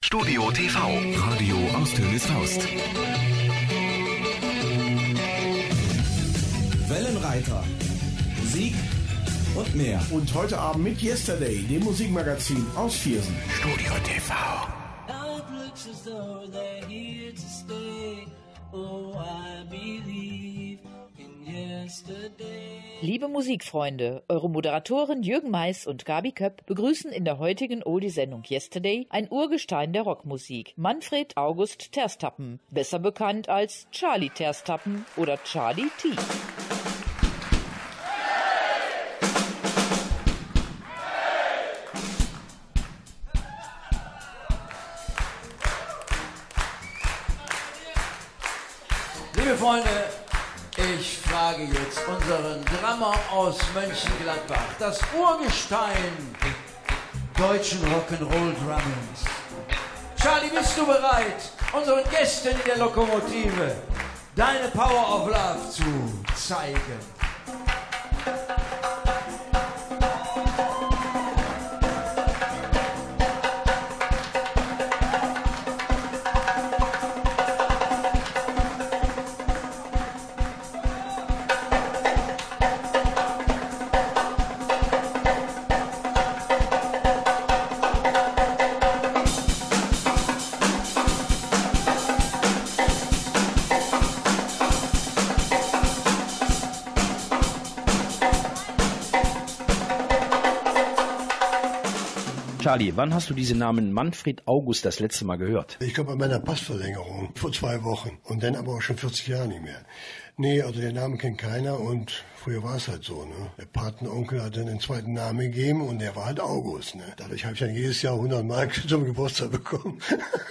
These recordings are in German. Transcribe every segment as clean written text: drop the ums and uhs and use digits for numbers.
Studio TV. Radio aus Tönis Faust. Wellenreiter. Musik und mehr. Und heute Abend mit Yesterday, dem Musikmagazin aus Viersen. Studio TV. Liebe Musikfreunde, eure Moderatoren Jürgen Mais und Gabi Köpp begrüßen in der heutigen Oldie-Sendung Yesterday ein Urgestein der Rockmusik, Manfred August Terstappen, besser bekannt als Charlie Terstappen oder Charlie T. Liebe Freunde, ich frage jetzt unseren Drummer aus Mönchengladbach, das Urgestein deutschen Rock'n'Roll Drummings. Charlie, bist du bereit, unseren Gästen in der Lokomotive deine Power of Love zu zeigen? Charlie, wann hast du diesen Namen Manfred August das letzte Mal gehört? Ich glaube, bei meiner Passverlängerung vor 2 Wochen und dann aber auch schon 40 Jahre nicht mehr. Nee, also den Namen kennt keiner und früher war es halt so, ne? Der Patenonkel hat dann den zweiten Namen gegeben und der war halt August, ne? Dadurch habe ich dann jedes Jahr 100 Mark zum Geburtstag bekommen.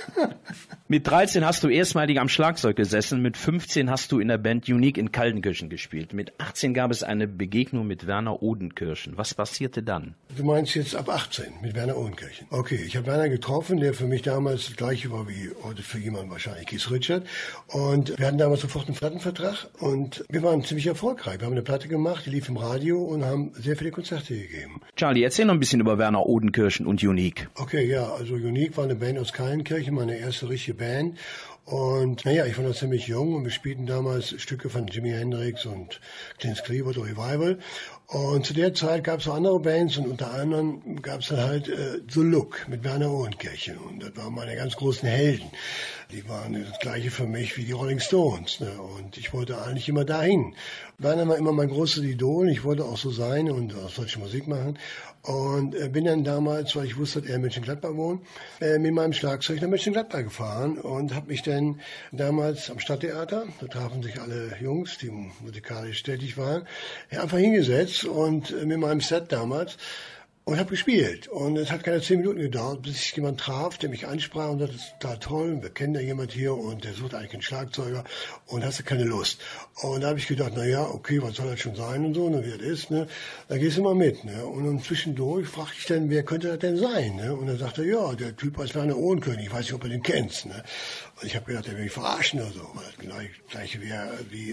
Mit 13 hast du erstmalig am Schlagzeug gesessen, mit 15 hast du in der Band Unique in Kaltenkirchen gespielt. Mit 18 gab es eine Begegnung mit Werner Odenkirchen. Was passierte dann? Du meinst jetzt ab 18 mit Werner Odenkirchen. Okay, ich habe Werner getroffen, der für mich damals das gleiche war wie heute für jemanden wahrscheinlich Keith Richards. Und wir hatten damals sofort einen Plattenvertrag und wir waren ziemlich erfolgreich. Wir haben eine Platte gemacht, die lief im Radio und haben sehr viele Konzerte gegeben. Charlie, erzähl noch ein bisschen über Werner Odenkirchen und Unique. Okay, ja, also Unique war eine Band aus Kaltenkirchen, meine erste richtige Band. Und naja, ich war noch ziemlich jung und wir spielten damals Stücke von Jimi Hendrix und Clint Clearwater Revival. Und zu der Zeit gab es auch andere Bands und unter anderem gab es dann halt The Look mit Werner Odenkirchen. Und das waren meine ganz großen Helden. Die waren das Gleiche für mich wie die Rolling Stones. Ne? Und ich wollte eigentlich immer dahin. Werner war immer mein großes Idol. Ich wollte auch so sein und solche Musik machen. Und bin dann damals, weil ich wusste, dass er in Mönchengladbach wohnt, mit meinem Schlagzeug nach Mönchengladbach gefahren und habe mich dann damals am Stadttheater, da trafen sich alle Jungs, die musikalisch tätig waren, einfach hingesetzt und mit meinem Set damals und habe gespielt. Und es hat keine 10 Minuten gedauert, bis ich jemanden traf, der mich ansprach und sagte, das ist total toll, wir kennen da jemand hier und der sucht eigentlich einen Schlagzeuger und hast du keine Lust. Und da habe ich gedacht, naja, okay, was soll das schon sein und so, ne, wie das ist, ne, da gehst du mal mit. Ne. Und dann zwischendurch fragte ich dann, wer könnte das denn sein? Ne. Und dann sagte er, ja, der Typ heißt Werner Odenkirchen, ich weiß nicht, ob du den kennst. Ne. Und ich habe gedacht, der will mich verarschen oder so, weil das gleiche wäre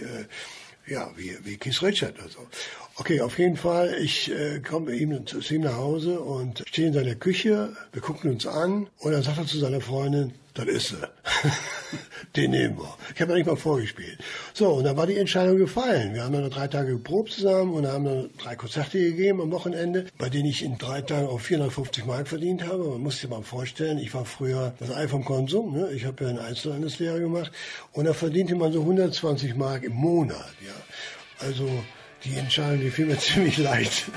wie Keith Richards oder so. Okay, auf jeden Fall, ich komme zu ihm nach Hause und stehe in seiner Küche, wir gucken uns an und dann sagt er zu seiner Freundin, das ist sie. Den nehmen wir. Ich habe ja nicht mal vorgespielt. So, und dann war die Entscheidung gefallen. Wir haben dann noch 3 Tage geprobt zusammen und haben dann 3 Konzerte gegeben am Wochenende, bei denen ich in 3 Tagen auch 450 Mark verdient habe. Man muss sich mal vorstellen, ich war früher das Ei vom Konsum. Ne? Ich habe ja eine Einzelhandelslehre gemacht und da verdiente man so 120 Mark im Monat. Ja. Also die Entscheidung, die fiel mir ziemlich leicht.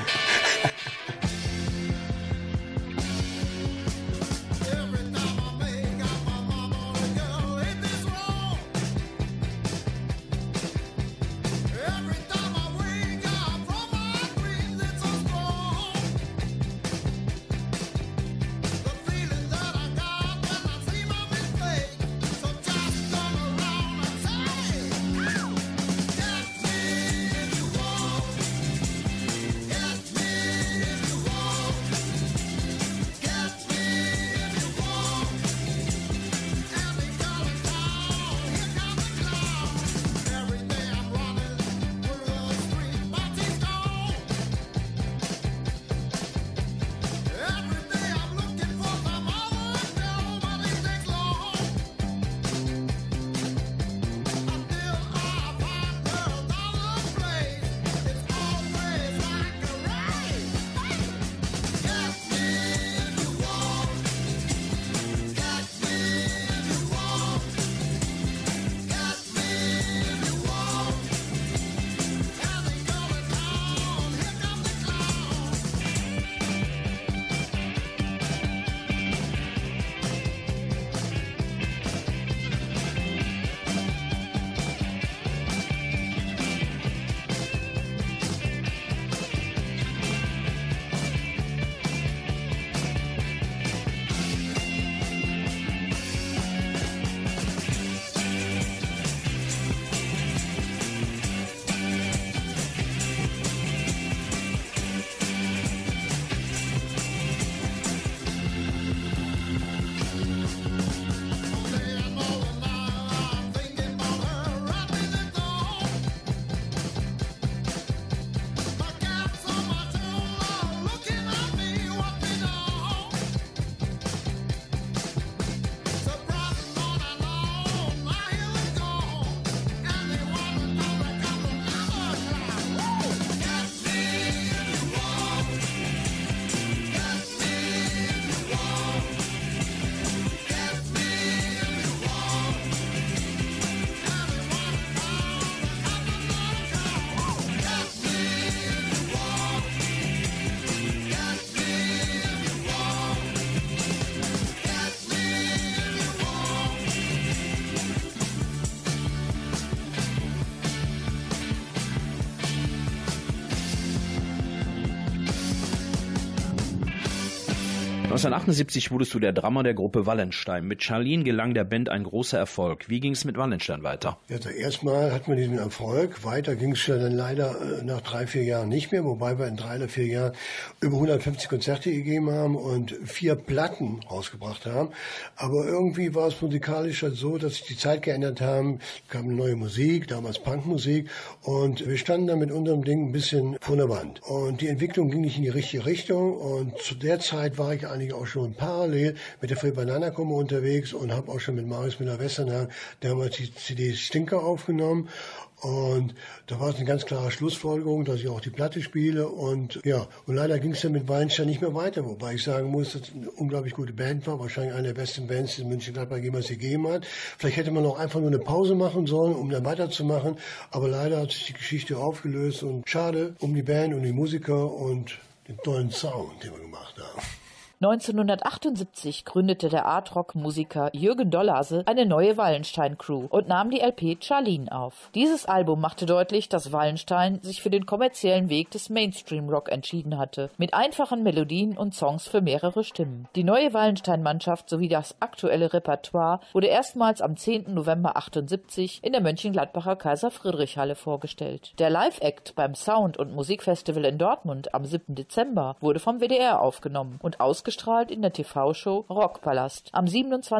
1978 wurdest du der Drummer der Gruppe Wallenstein. Mit Charlene gelang der Band ein großer Erfolg. Wie ging es mit Wallenstein weiter? Also erstmal hat man diesen Erfolg. Weiter ging es ja dann leider nach 3-4 Jahren nicht mehr, wobei wir in 3 oder 4 Jahren über 150 Konzerte gegeben haben und 4 Platten rausgebracht haben. Aber irgendwie war es musikalisch halt so, dass sich die Zeit geändert haben. Es kam eine neue Musik, damals Punkmusik, und wir standen dann mit unserem Ding ein bisschen vor der Wand. Und die Entwicklung ging nicht in die richtige Richtung, und zu der Zeit war ich eigentlich auch schon parallel mit der Free Banana Combo unterwegs und habe auch schon mit Marius Müller-Westernhagen damals die CD Stinker aufgenommen. Und da war es eine ganz klare Schlussfolgerung, dass ich auch die Platte spiele. Und ja, und leider ging es dann mit Wallenstein nicht mehr weiter, wobei ich sagen muss, dass es eine unglaublich gute Band war, wahrscheinlich eine der besten Bands, die Mönchengladbach jemals gegeben hat. Vielleicht hätte man auch einfach nur eine Pause machen sollen, um dann weiterzumachen. Aber leider hat sich die Geschichte aufgelöst, und schade um die Band und die Musiker und den tollen Sound, den wir gemacht haben. 1978 gründete der Art-Rock-Musiker Jürgen Dollase eine neue Wallenstein-Crew und nahm die LP Charlene auf. Dieses Album machte deutlich, dass Wallenstein sich für den kommerziellen Weg des Mainstream-Rock entschieden hatte, mit einfachen Melodien und Songs für mehrere Stimmen. Die neue Wallenstein-Mannschaft sowie das aktuelle Repertoire wurde erstmals am 10. November 1978 in der Mönchengladbacher Kaiser-Friedrich-Halle vorgestellt. Der Live-Act beim Sound- und Musikfestival in Dortmund am 7. Dezember wurde vom WDR aufgenommen und ausgestrahlt in der TV-Show Rockpalast am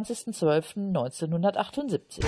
27.12.1978.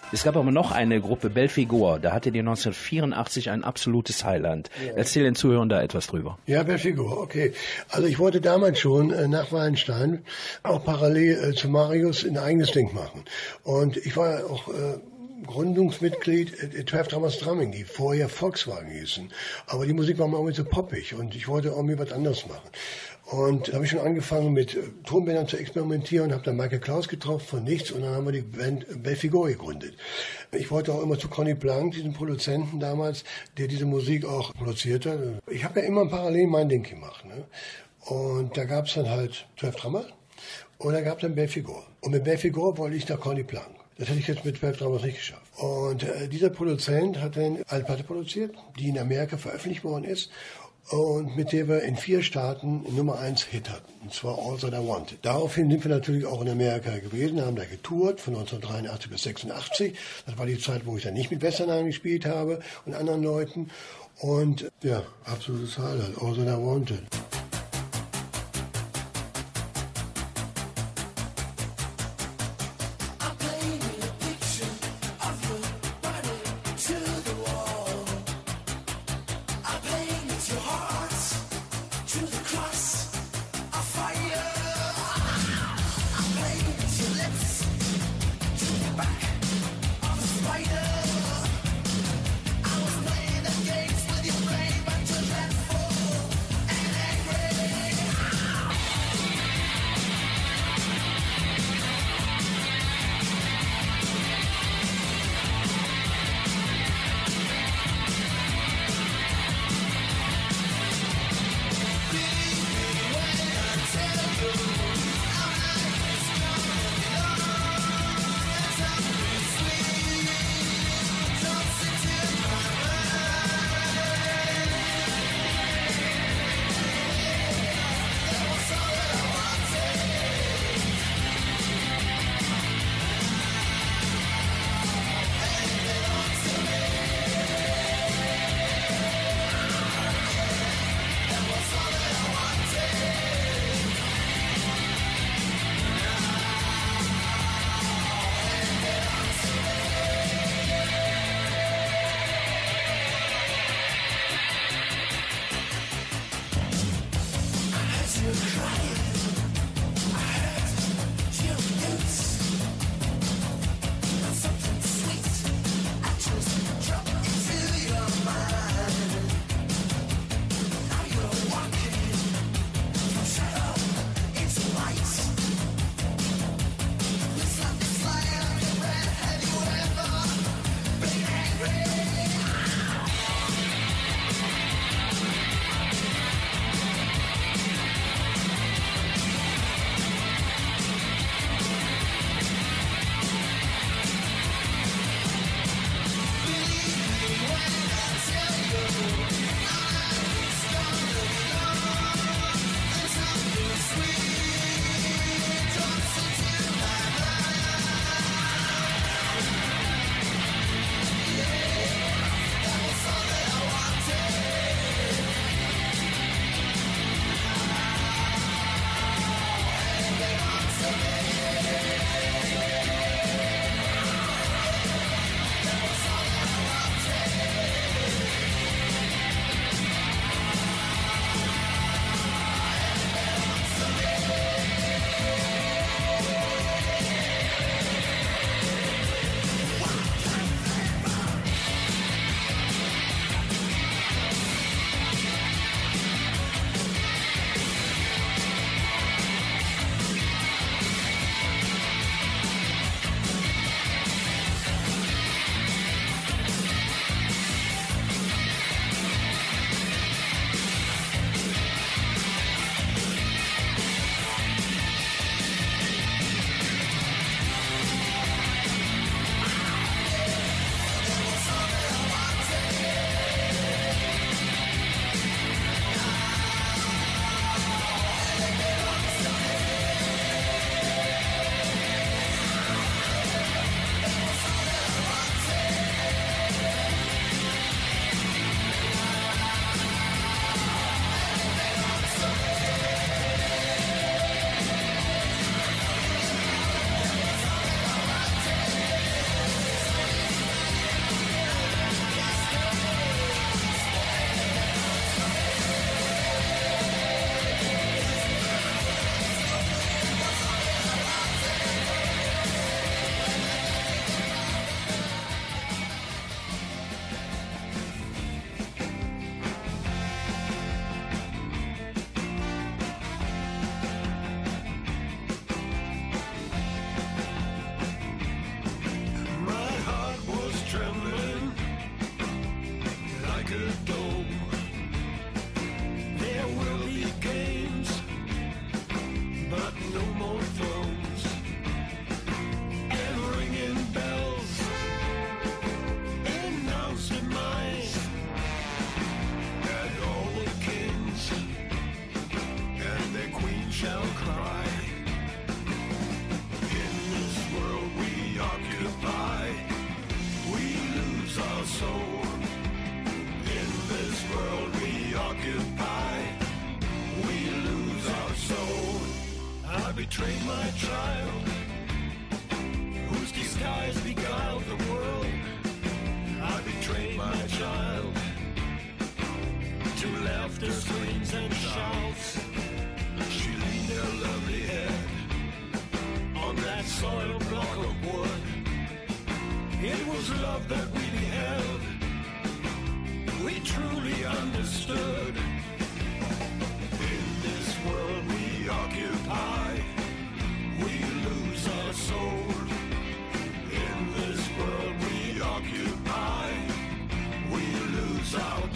Es gab aber noch eine Gruppe, Belphegor, da hatte die 1984 ein absolutes Highlight. Ja. Erzähl den Zuhörern da etwas drüber. Ja, Belphegor, okay. Also ich wollte damals schon nach Wallenstein auch parallel zu Marius ein eigenes Ding machen. Und ich war auch Gründungsmitglied 12 Drummers Drumming, die vorher Volkswagen hießen. Aber die Musik war mir irgendwie so poppig und ich wollte irgendwie was anderes machen. Und da habe ich schon angefangen mit Tonbändern zu experimentieren, habe dann Michael Klaus getroffen von nichts und dann haben wir die Band Belphegor gegründet. Ich wollte auch immer zu Conny Blanc, diesem Produzenten damals, der diese Musik auch produzierte. Ich habe ja immer parallel mein Ding gemacht. Ne? Und da gab es dann halt 12 Drummer und da gab es dann Belphegor. Und mit Belphegor wollte ich nach Conny Blanc. Das hätte ich jetzt mit 12 Drummers nicht geschafft. Und dieser Produzent hat dann eine Platte produziert, die in Amerika veröffentlicht worden ist und mit der wir in 4 Staaten Nummer 1 Hit hatten, und zwar All That I Wanted. Daraufhin sind wir natürlich auch in Amerika gewesen, haben da getourt von 1983 bis 86. Das war die Zeit, wo ich dann nicht mit Westernhagen gespielt habe und anderen Leuten. Und ja, absolutes Highlight, All That I Wanted. soul. In this world we occupy, we lose our soul. I betrayed my child, whose disguise beguiled the world. I betrayed my child to laughter, screams and shouts. She leaned her lovely head on that soiled block of wood. It was love that we beheld, we truly understood. In this world we occupy, we lose our soul. In this world we occupy, we lose out.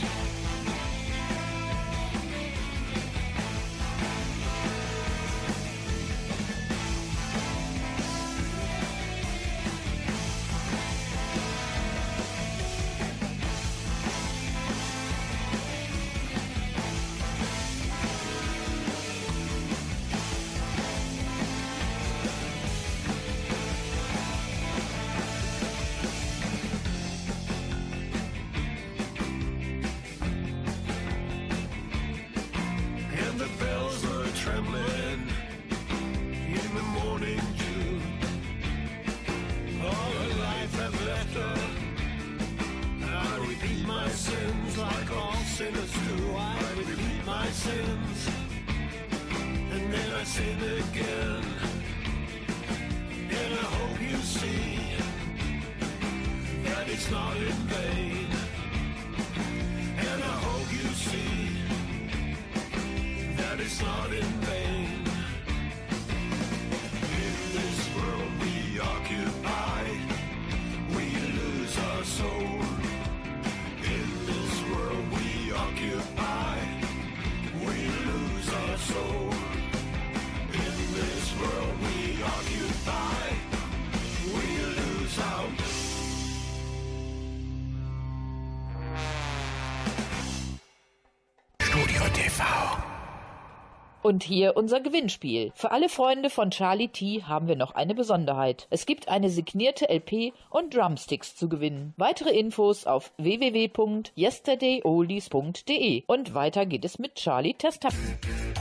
Und hier unser Gewinnspiel. Für alle Freunde von Charlie T haben wir noch eine Besonderheit. Es gibt eine signierte LP und Drumsticks zu gewinnen. Weitere Infos auf www.yesterdayoldies.de. Und weiter geht es mit Charlie Testappen.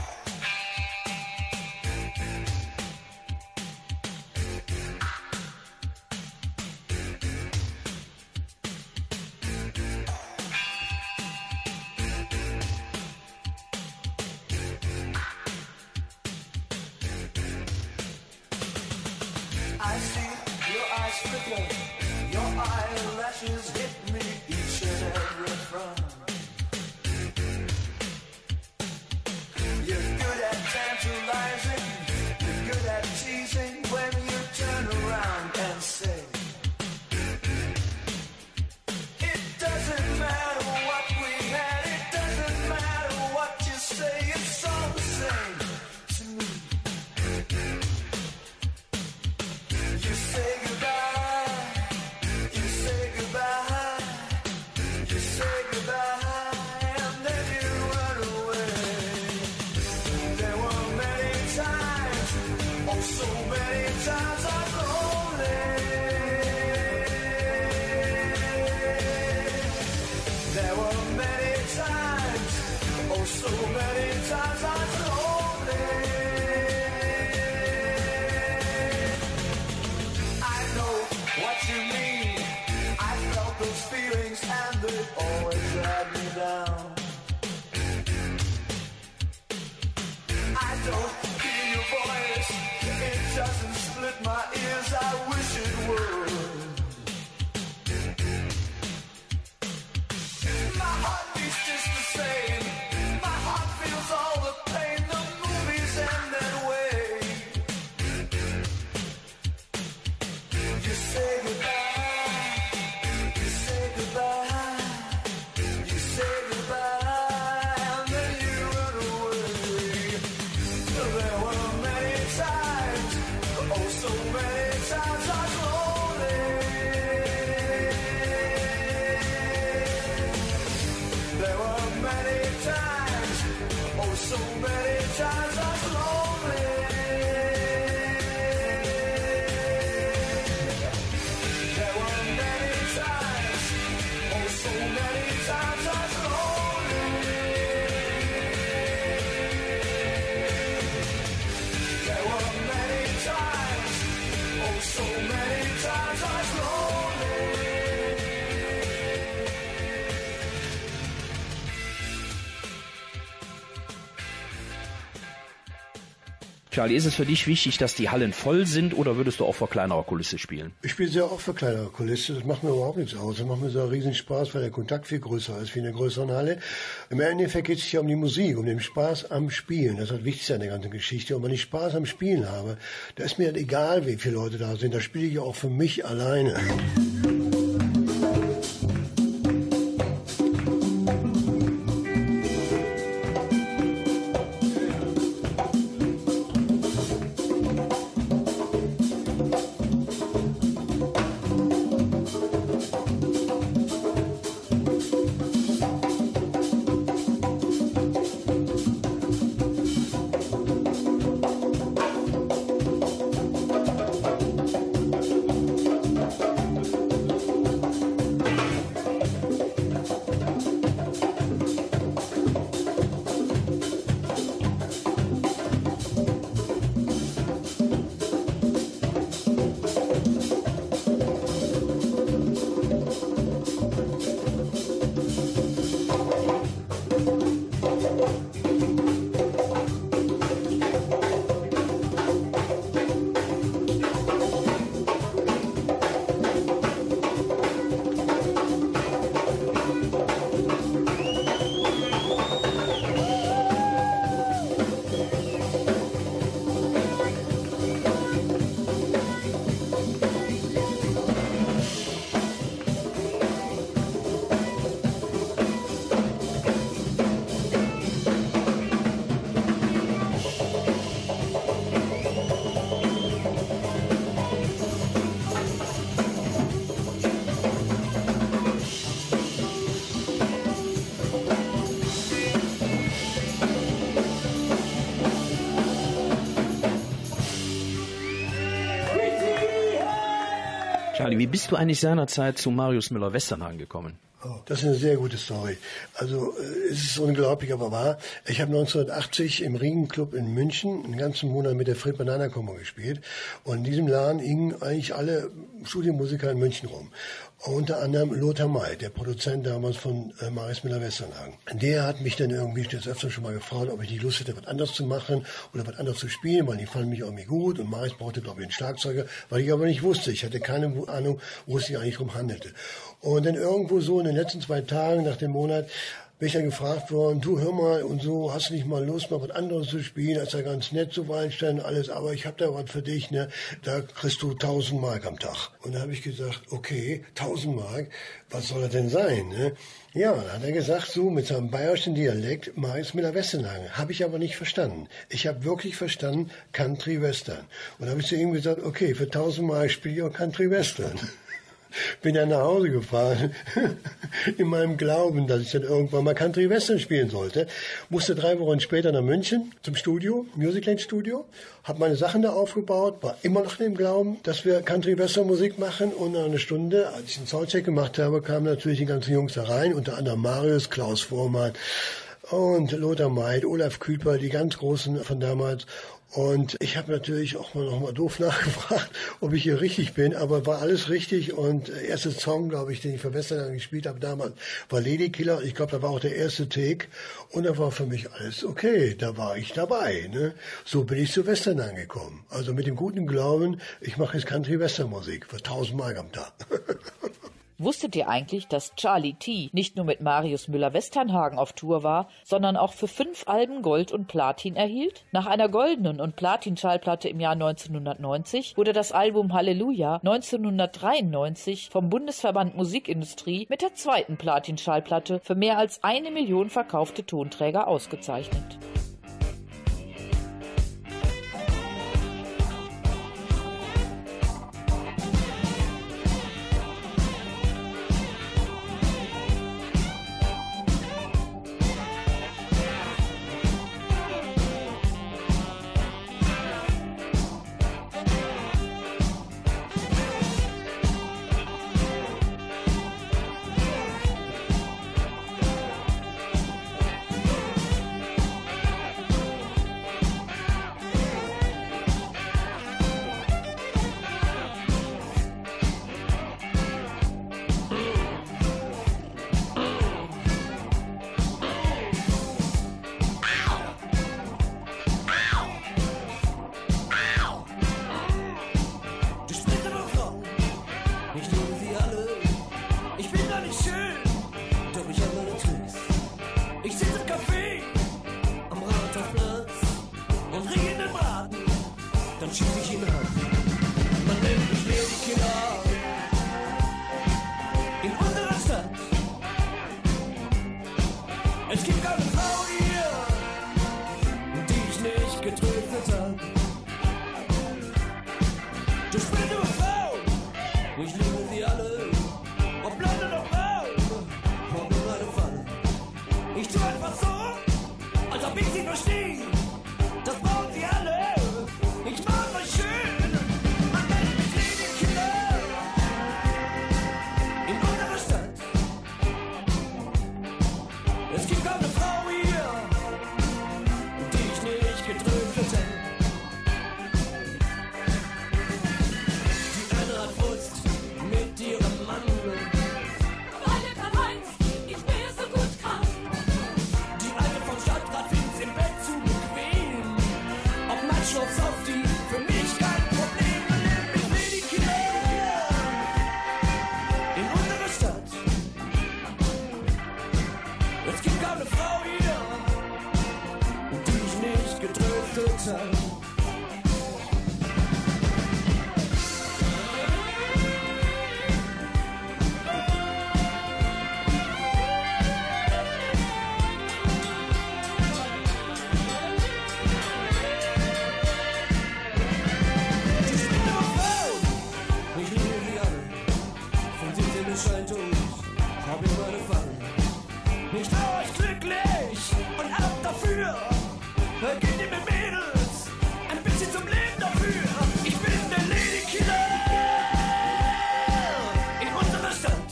I see your eyes flicker, your eyelashes hit me each and every front. You're good at tantalizing, you're good at teasing when you turn around and say, it doesn't matter what we had, it doesn't matter what you say, it's all the same to me. You say goodbye, you say goodbye, you say goodbye, and then you run away. There were many times, oh so many times I was lonely. There were many times, oh so many times I was lonely. What you mean? I felt those feelings and they always drag me down. I don't hear your voice, it doesn't split my ears, I wish it would. My heart beats just the same, my heart feels all the pain, the movies end that way. You say goodbye, you say goodbye, Charlie, ist es für dich wichtig, dass die Hallen voll sind oder würdest du auch vor kleinerer Kulisse spielen? Ich spiele sehr oft für kleinere Kulisse, das macht mir überhaupt nichts aus. Das macht mir so einen riesen Spaß, weil der Kontakt viel größer ist wie in der größeren Halle. Im Endeffekt geht es ja um die Musik, um den Spaß am Spielen. Das ist das Wichtigste an der ganzen Geschichte. Und wenn ich Spaß am Spielen habe, da ist mir halt egal, wie viele Leute da sind. Da spiele ich ja auch für mich alleine. Charlie, wie bist du eigentlich seinerzeit zu Marius Müller-Westernhagen gekommen? Oh, das ist eine sehr gute Story. Also es ist unglaublich, aber wahr. Ich habe 1980 im Riegenclub in München einen ganzen Monat mit der Fred Banana Combo gespielt. Und in diesem Laden hingen eigentlich alle Studiomusiker in München rum. Unter anderem Lothar May, der Produzent damals von Marius Müller-Westernhagen. Der hat mich dann irgendwie des Öfteren schon mal gefragt, ob ich nicht Lust hätte, was anderes zu machen oder was anderes zu spielen, weil die fanden mich irgendwie gut. Und Marius brauchte, glaube ich, einen Schlagzeuger, weil ich aber nicht wusste. Ich hatte keine Ahnung, wo es sich eigentlich drum handelte. Und dann irgendwo so in den letzten 2 Tagen nach dem Monat bin ich dann gefragt worden, du hör mal und so, hast du nicht mal Lust, mal was anderes zu spielen, das ist ja ganz nett, so Weinstein und alles, aber ich habe da was für dich, ne, da kriegst du 1000 Mark am Tag. Und da habe ich gesagt, okay, 1000 Mark, was soll das denn sein, ne? Ja, dann hat er gesagt, so mit seinem bayerischen Dialekt, Marius Müller-Westernhagen. Habe ich aber nicht verstanden. Ich habe wirklich verstanden Country Western. Und da habe ich zu ihm gesagt, okay, für 1000 Mark spiele ich auch Country Western. Bin dann nach Hause gefahren, in meinem Glauben, dass ich dann irgendwann mal Country Western spielen sollte. Musste 3 Wochen später nach München zum Studio, Musicland Studio, habe meine Sachen da aufgebaut, war immer noch im Glauben, dass wir Country Western Musik machen. Und nach einer Stunde, als ich einen Soundcheck gemacht habe, kamen natürlich die ganzen Jungs da rein, unter anderem Marius, Klaus Vormann und Lothar May, Olaf Küper, die ganz Großen von damals. Und ich habe natürlich auch noch mal doof nachgefragt, ob ich hier richtig bin, aber war alles richtig. Und der erste Song, glaube ich, den ich für Westernhagen gespielt habe damals, war Ladykiller. Ich glaube, da war auch der erste Take. Und da war für mich alles okay, da war ich dabei. Ne? So bin ich zu Westernhagen gekommen. Also mit dem guten Glauben, ich mache jetzt Country-Western-Musik für 1000 Mark am Tag. Wusstet ihr eigentlich, dass Charlie T. nicht nur mit Marius Müller-Westernhagen auf Tour war, sondern auch für 5 Alben Gold und Platin erhielt? Nach einer goldenen und Platin-Schallplatte im Jahr 1990 wurde das Album Halleluja 1993 vom Bundesverband Musikindustrie mit der 2. Platin-Schallplatte für mehr als 1 Million verkaufte Tonträger ausgezeichnet. Eltern. Scheint und hab ich meine Fallen. Ich trau euch glücklich und ab dafür. Geht ihr mit Mädels ein bisschen zum Leben dafür. Ich bin der Ladykiller in unserer Stadt.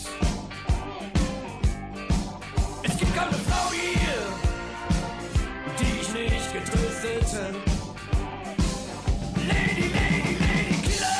Es gibt keine Frau hier, die ich nicht getröstet hab. Lady, Lady, Lady Killer.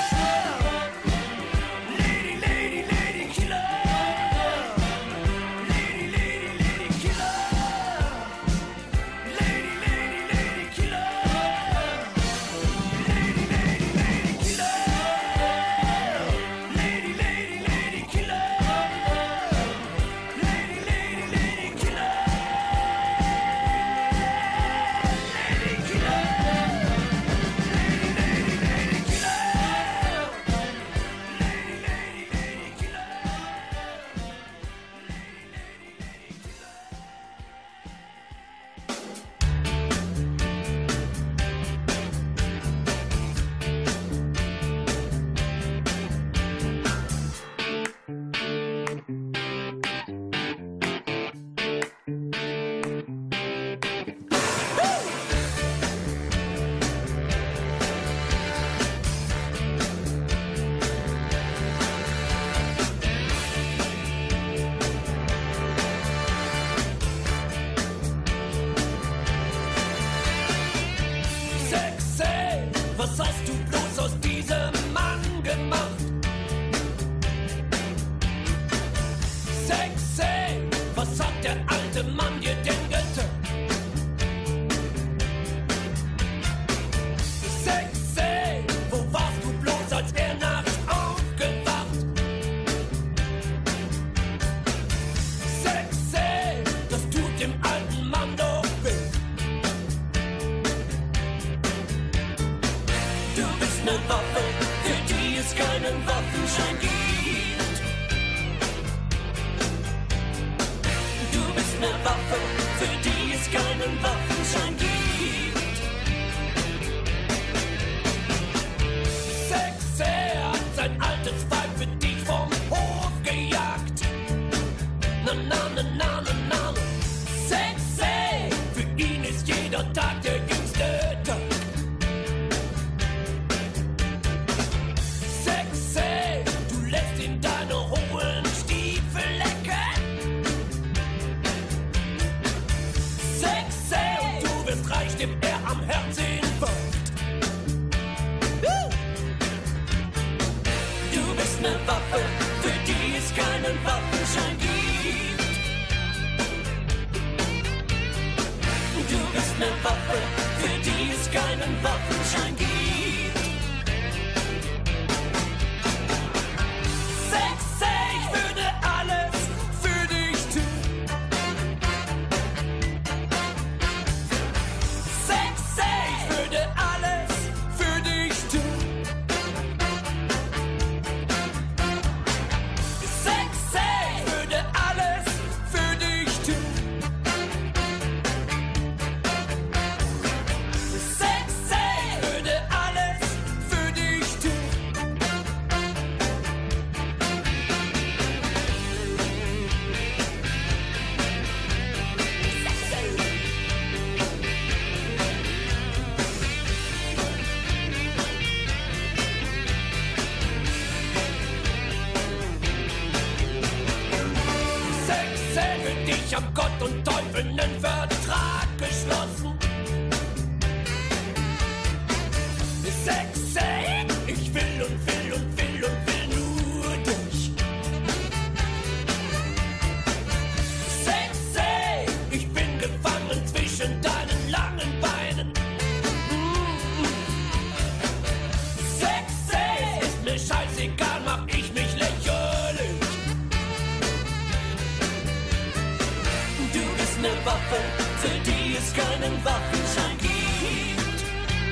Waffe, für die es keinen Waffenschein gibt.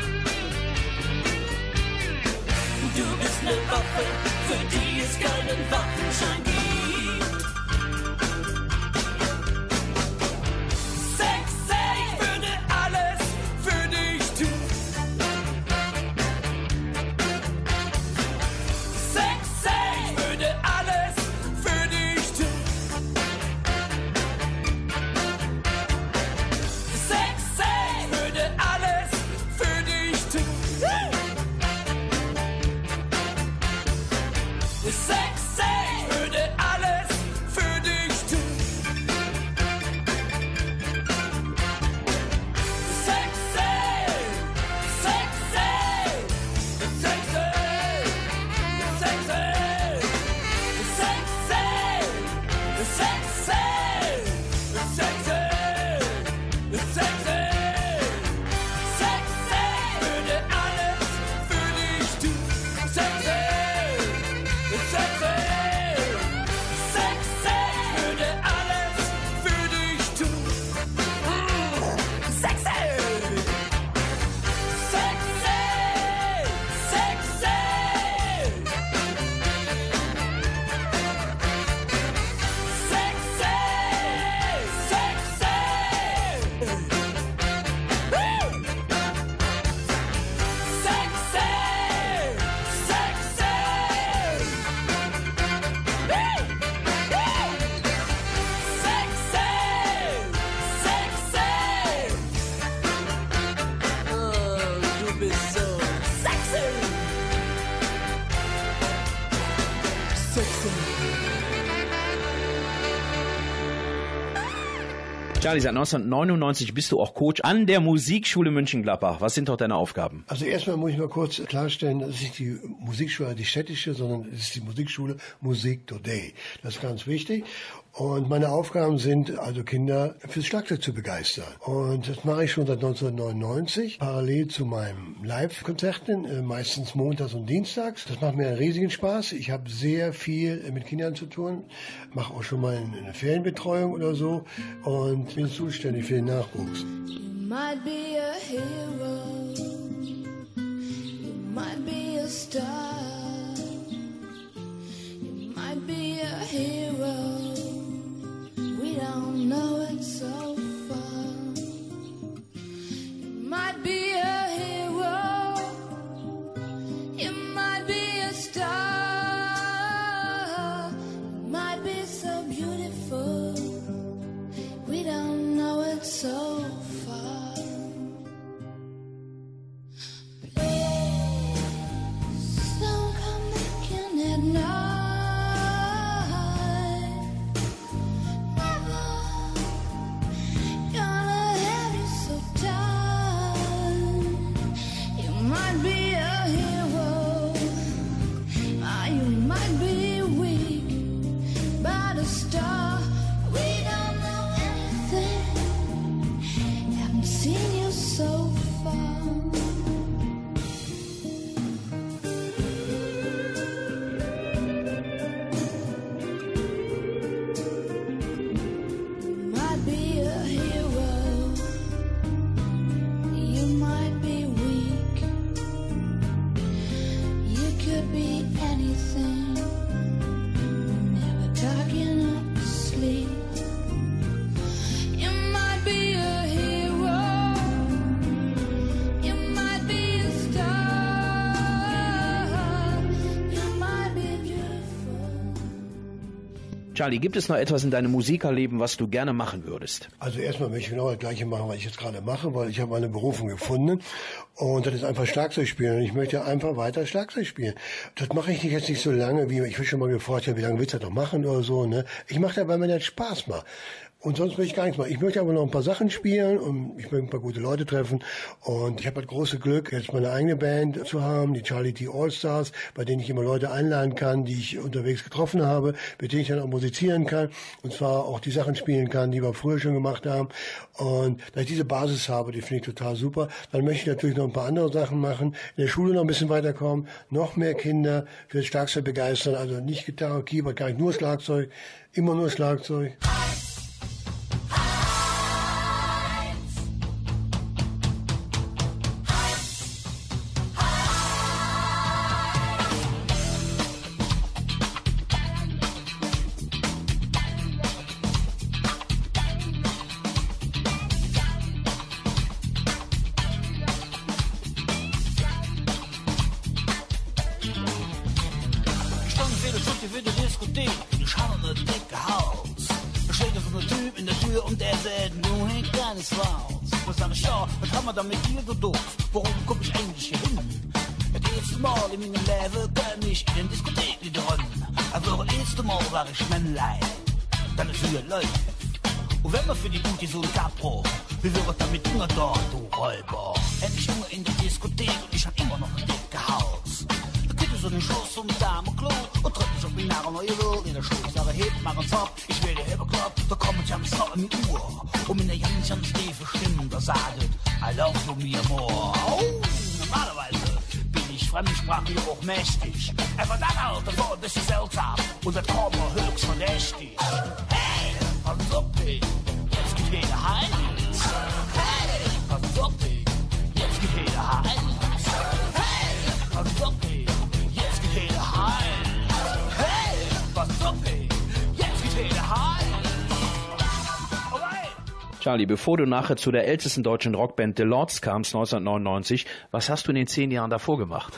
für die es keinen Wappenschein gibt. Sexy, ich würde alles für dich tun. Sexy, ich würde alles für dich tun. Sexy, ich würde alles für dich tun. Sexy, ich würde alles für dich tun. Sexy, sexy, sexy, sexy, sexy, sexy, sexy, sexy, würde alles für dich tun. Sexy, sexy, sexy, würde alles für dich tun. Sexy, sexy, sexy. Du bist so sexy. Sexy. Charlie, seit 1999 bist du auch Coach an der Musikschule Mönchengladbach. Was sind dort deine Aufgaben? Also erstmal muss ich mal kurz klarstellen, das ist nicht die Musikschule, die städtische, sondern es ist die Musikschule Musik Today. Das ist ganz wichtig. Und meine Aufgaben sind also Kinder fürs Schlagzeug zu begeistern. Und das mache ich schon seit 1999, parallel zu meinen Live-Konzerten, meistens montags und dienstags. Das macht mir einen riesigen Spaß. Ich habe sehr viel mit Kindern zu tun, mache auch schon mal eine Ferienbetreuung oder so und bin zuständig für den Nachwuchs. You might be a hero, you might be a star, you might be a hero, we don't know it so far. You might be a hero, you might be a star, you might be so beautiful, we don't know it so far. Please don't come back in at night. Never gonna have you so tight. You might be a hero, you might be weak, but a star. We don't know anything. Haven't seen you so far. You might be a hero. You might be weak. You could be anything. Never talking up to sleep. You might be a hero. You might be a star. You might be beautiful. Charlie, gibt es noch etwas in deinem Musikerleben, was du gerne machen würdest? Also erstmal möchte ich genau das Gleiche machen, was ich jetzt gerade mache, weil ich habe meine Berufung gefunden und das ist einfach Schlagzeug spielen und ich möchte einfach weiter Schlagzeug spielen. Das mache ich jetzt nicht so lange, wie ich bin schon mal gefragt, ja, wie lange willst du das noch machen oder so, ne? Ich mache das, weil mir das Spaß macht. Und sonst will ich gar nichts machen. Ich möchte aber noch ein paar Sachen spielen und ich möchte ein paar gute Leute treffen. Und ich habe das große Glück, jetzt meine eigene Band zu haben, die Charlie T. All-Stars, bei denen ich immer Leute einladen kann, die ich unterwegs getroffen habe, mit denen ich dann auch musizieren kann. Und zwar auch die Sachen spielen kann, die wir früher schon gemacht haben. Und da ich diese Basis habe, die finde ich total super. Dann möchte ich natürlich noch ein paar andere Sachen machen. In der Schule noch ein bisschen weiterkommen, noch mehr Kinder für das Schlagzeug begeistern. Also nicht Gitarre, Keyboard, gar nicht nur Schlagzeug, immer nur Schlagzeug. Morgen für die Schutte für die Diskothek, du schauen eine dicke Haus. Da steht so ein Typ in der Tür und der sagt, du hängt deines raus. Da sag ich, ja, was haben wir da mit dir, du doof? Warum komm ich eigentlich hier hin? Das erste Mal in meinem Leben kann ich in den Diskothek nicht drin. Aber das erste Mal war ich Männlein, dann ist hier Leute. Und wenn man für die Gute so ein Capro, wie wird damit immer da, du Räuber? Endlich nur in der Diskothek und ich hab immer noch ein dicke Haus. Da gibt es so einen Schuss um Damenklo und drückt mich auf die Narren, neue Will in der Schule. Ich sage, hebt, mach uns ab, ich will dir überklappt. Da kommt ja bis noch in die Uhr. Und in der ganz tiefe Stimme, da sagt, I love you, me more. Oh, normalerweise bin ich fremdsprachlich auch mächtig. Aber dann halt, das war ein bisschen seltsam und das kommt mir höchst verdächtig. Hey, pass auf, ey, jetzt geht jeder heim. Hey, pass auf, ey, jetzt geht jeder heim. Hey, pass auf, ey, jetzt geht jeder heim. Hey, pass auf, ey, jetzt geht jeder heim. Charlie, bevor du nachher zu der ältesten deutschen Rockband The Lords kamst, 1999, was hast du in den 10 Jahren davor gemacht?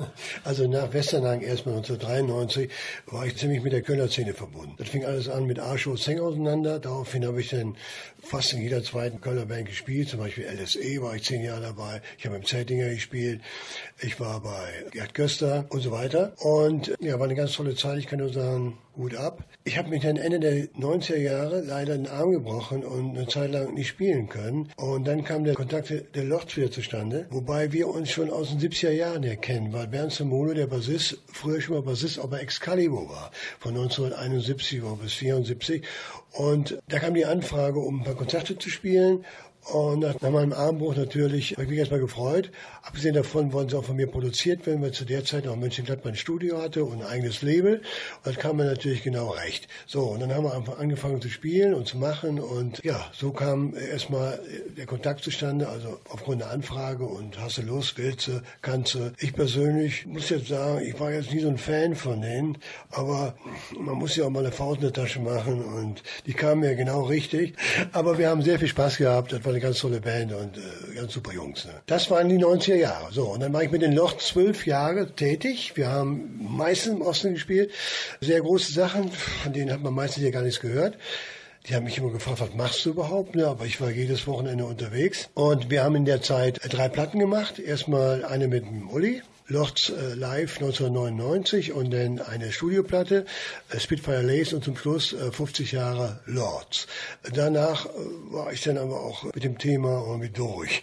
Also nach Westernhagen erstmal 1993 war ich ziemlich mit der Kölner Szene verbunden. Das fing alles an mit Arschow Seng auseinander. Daraufhin habe ich dann fast in jeder zweiten Kölner Band gespielt. Zum Beispiel LSE war ich 10 Jahre dabei. Ich habe im Zeltinger gespielt. Ich war bei Gerd Göster und so weiter. Und ja, war eine ganz tolle Zeit. Ich kann nur sagen, Hut ab. Ich habe mich dann Ende der 90er Jahre leider den Arm gebrochen und eine Zeit lang nicht spielen können. Und dann kam der Kontakt der Lords wieder zustande, wobei wir uns schon aus den 70er Jahren erkennen, weil Bernd Zamolo, der Bassist, früher schon mal Bassist auch bei Excalibur war, von 1971 bis 1974. Und da kam die Anfrage, um ein paar Konzerte zu spielen. Und nach meinem Armbruch natürlich habe ich mich erstmal gefreut. Abgesehen davon wollten sie auch von mir produziert werden, weil zu der Zeit noch in Mönchengladbach ein Studio hatte und ein eigenes Label. Und das kam mir natürlich genau recht. So, und dann haben wir einfach angefangen zu spielen und zu machen. Und ja, so kam erstmal der Kontakt zustande, also aufgrund der Anfrage und hast du Lust, willst du, kannst du. Ich persönlich muss jetzt sagen, ich war jetzt nie so ein Fan von denen, aber man muss ja auch mal eine Faust in der Tasche machen und die kamen mir genau richtig. Aber wir haben sehr viel Spaß gehabt. Das war eine ganz tolle Band und ganz super Jungs. Ne? Das waren die 90er Jahre. So, und dann war ich mit den Lords 12 Jahre tätig. Wir haben meistens im Osten gespielt. Sehr große Sachen, von denen hat man meistens ja gar nichts gehört. Die haben mich immer gefragt, was machst du überhaupt? Ja, aber ich war jedes Wochenende unterwegs. Und wir haben in der Zeit 3 Platten gemacht. Erstmal eine mit dem Uli. Lords Live 1999 und dann eine Studioplatte, Spitfire Lace und zum Schluss 50 Jahre Lords. Danach war ich dann aber auch mit dem Thema irgendwie durch.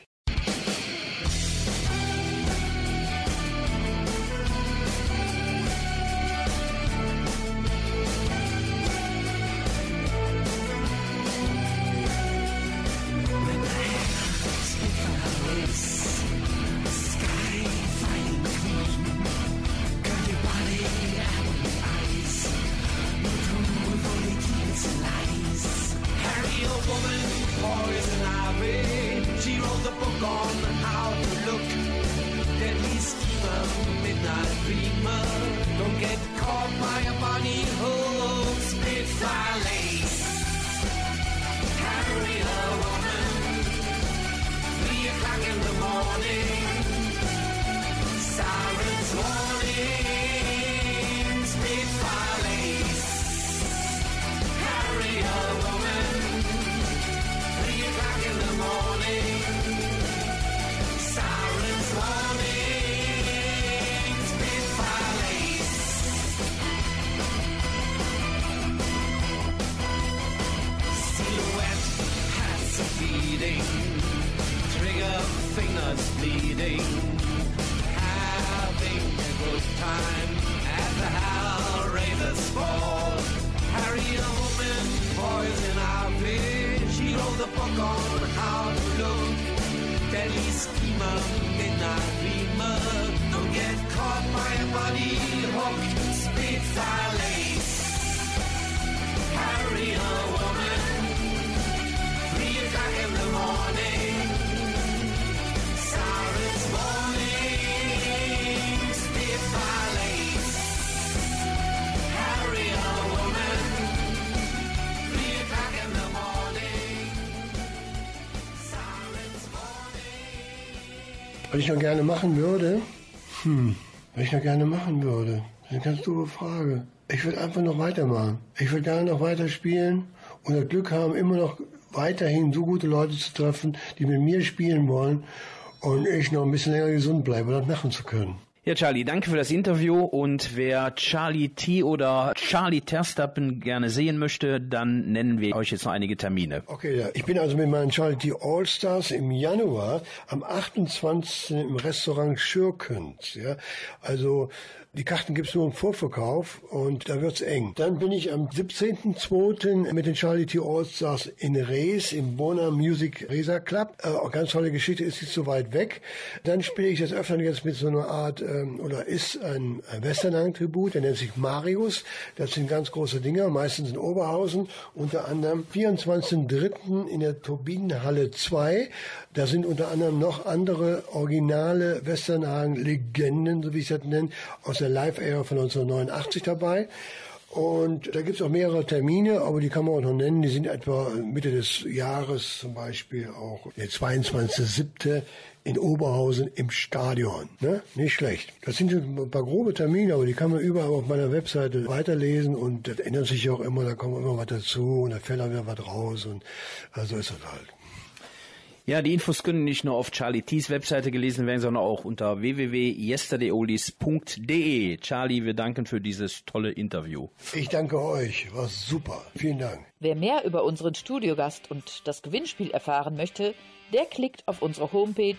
Was ich noch gerne machen würde, Eine ganz doofe Frage. Ich würde einfach noch weitermachen. Ich würde gerne noch weiter spielen und das Glück haben, immer noch weiterhin so gute Leute zu treffen, die mit mir spielen wollen und ich noch ein bisschen länger gesund bleibe, das machen zu können. Ja, Charlie, danke für das Interview und wer Charlie T. oder Charlie Terstappen gerne sehen möchte, dann nennen wir euch jetzt noch einige Termine. Okay, ja. Ich bin also mit meinen Charlie T. All-Stars im Januar am 28. im Restaurant Schürkens. Ja. Also die Karten gibt's nur im Vorverkauf und da wird's eng. Dann bin ich am 17.02. mit den Charlie T. All-Stars in Rees im Bona Music Resa Club. Ganz tolle Geschichte, ist nicht so weit weg. Dann spiele ich das öfter jetzt mit so einer Art oder ist ein Westernhagen-Tribut, der nennt sich Marius. Das sind ganz große Dinger, meistens in Oberhausen, unter anderem 24.03. in der Turbinenhalle 2. Da sind unter anderem noch andere originale Westernhagen-Legenden, so wie ich das nenne, aus der Live-Ära von 1989 dabei. Und da gibt es auch mehrere Termine, aber die kann man auch noch nennen. Die sind etwa Mitte des Jahres, zum Beispiel auch der 22.07. in Oberhausen im Stadion. Ne? Nicht schlecht. Das sind ein paar grobe Termine, aber die kann man überall auf meiner Webseite weiterlesen und das ändert sich auch immer, da kommt immer was dazu und da fällt auch wieder was raus und so ist das halt. Ja, die Infos können nicht nur auf Charlie T's Webseite gelesen werden, sondern auch unter www.yesterdayoldies.de. Charlie, wir danken für dieses tolle Interview. Ich danke euch, war super. Vielen Dank. Wer mehr über unseren Studiogast und das Gewinnspiel erfahren möchte, der klickt auf unsere Homepage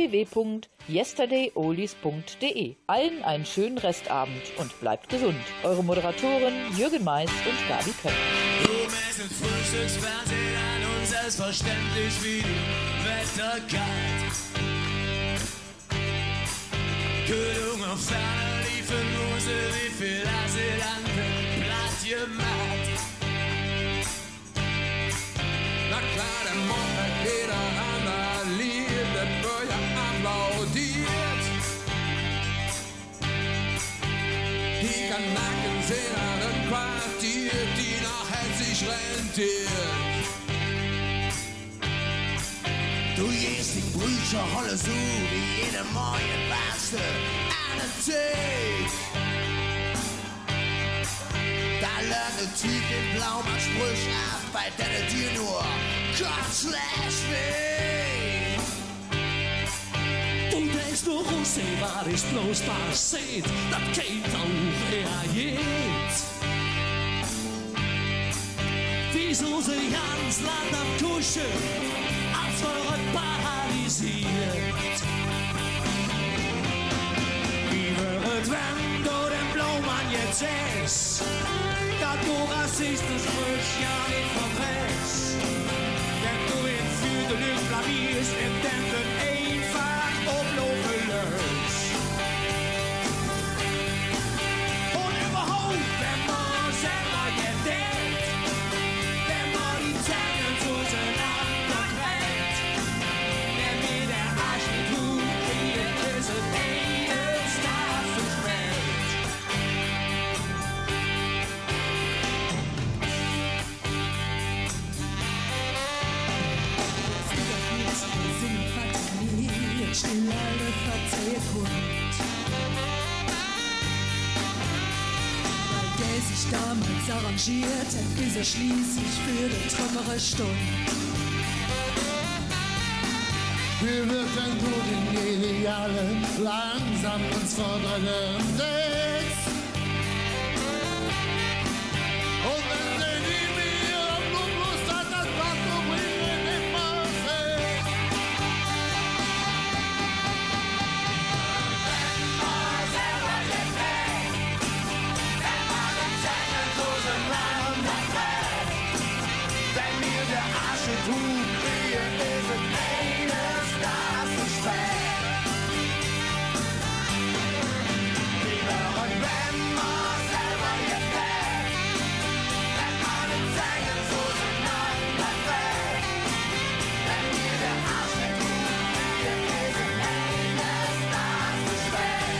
www.yesterdayoldies.de. Allen einen schönen Restabend und bleibt gesund. Eure Moderatoren Jürgen Mais und Gabi Köpp. Du merkst im Frühstücksfernsehen an uns selbstverständlich wie die Wetter kalt. Kühlung auf Ferne liefen Muse, wie viel Asylanten platt gemacht. Na klar, der Mond hat jeder annaliert, der Bürger applaudiert. Die Kanaken sind an einem Quartier, die nachher sich rentiert. Du gehst die Brücherholle so wie jede Morgen warst du eine Tick. Da lernt der Typ den blauen Sprüch ab, bei der dir nur Kopf/Weh. Du denkst nur, Russi war ich bloß passiert, das geht auch reagiert. Wieso sie ganz Land am Kuschen, als wäre paralysiert. Wie wird wenn du den Blaumann jetzt siehst, dass du rassistisch bist, ja nicht verpasst. Wenn du ihn für den Lügen blamierst, indem du einfach ablaufen lässt. Und überhaupt, wenn man selber gedenkt, wenn man die Zähne zueinander trägt, wenn mir der Arsch nicht gut kriegt, ist es eines Tages zu spät. Still alle verzehrt. Weil der sich damals arrangiert hat, bis er schließlich für die trümmere Stunde. Wir wirken gut in Idealen, langsam uns verdrängen sitzt. Und wenn sie nie mehr am Blutlust hat, das Blatt zu bringen, immer fest. Wenn mir der Arsch in Tuch kriegt, ist es eines Tages zu spät. Und wenn man selber gefällt, wenn man den Zähnen auseinanderfällt, wenn mir der Arsch in Tuch kriegt, ist es eines Tages zu spät.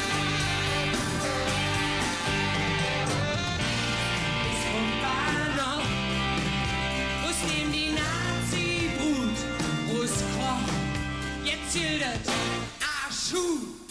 Bis vom Bahnhof, wo's neben die Nazi-Brut, wo's Kroch, jetzt gilt das Arschhuhn.